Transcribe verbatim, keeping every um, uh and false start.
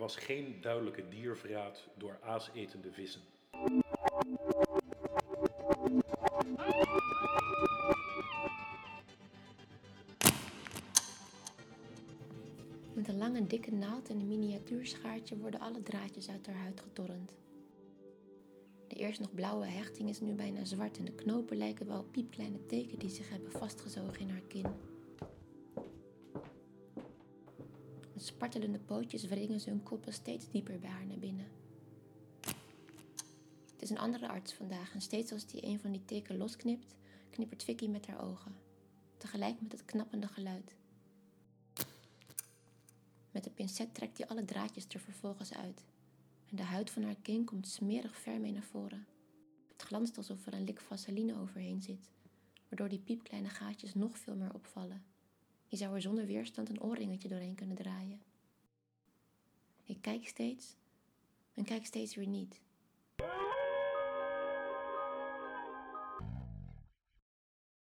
was geen duidelijke dierverraad door aasetende vissen. Met een lange dikke naald en een miniatuurschaartje worden alle draadjes uit haar huid getorrend. De eerst nog blauwe hechting is nu bijna zwart en de knopen lijken wel op piepkleine teken die zich hebben vastgezogen in haar kin. Met spartelende pootjes wringen ze hun koppen steeds dieper bij haar naar binnen. Het is een andere arts vandaag en steeds als die een van die teken losknipt, knippert Vicky met haar ogen, tegelijk met het knappende geluid. Met de pincet trekt hij alle draadjes er vervolgens uit en de huid van haar kin komt smerig ver mee naar voren. Het glanst alsof er een lik vaseline overheen zit, waardoor die piepkleine gaatjes nog veel meer opvallen. Je zou er zonder weerstand een oorringetje doorheen kunnen draaien. Ik kijk steeds en kijk steeds weer niet.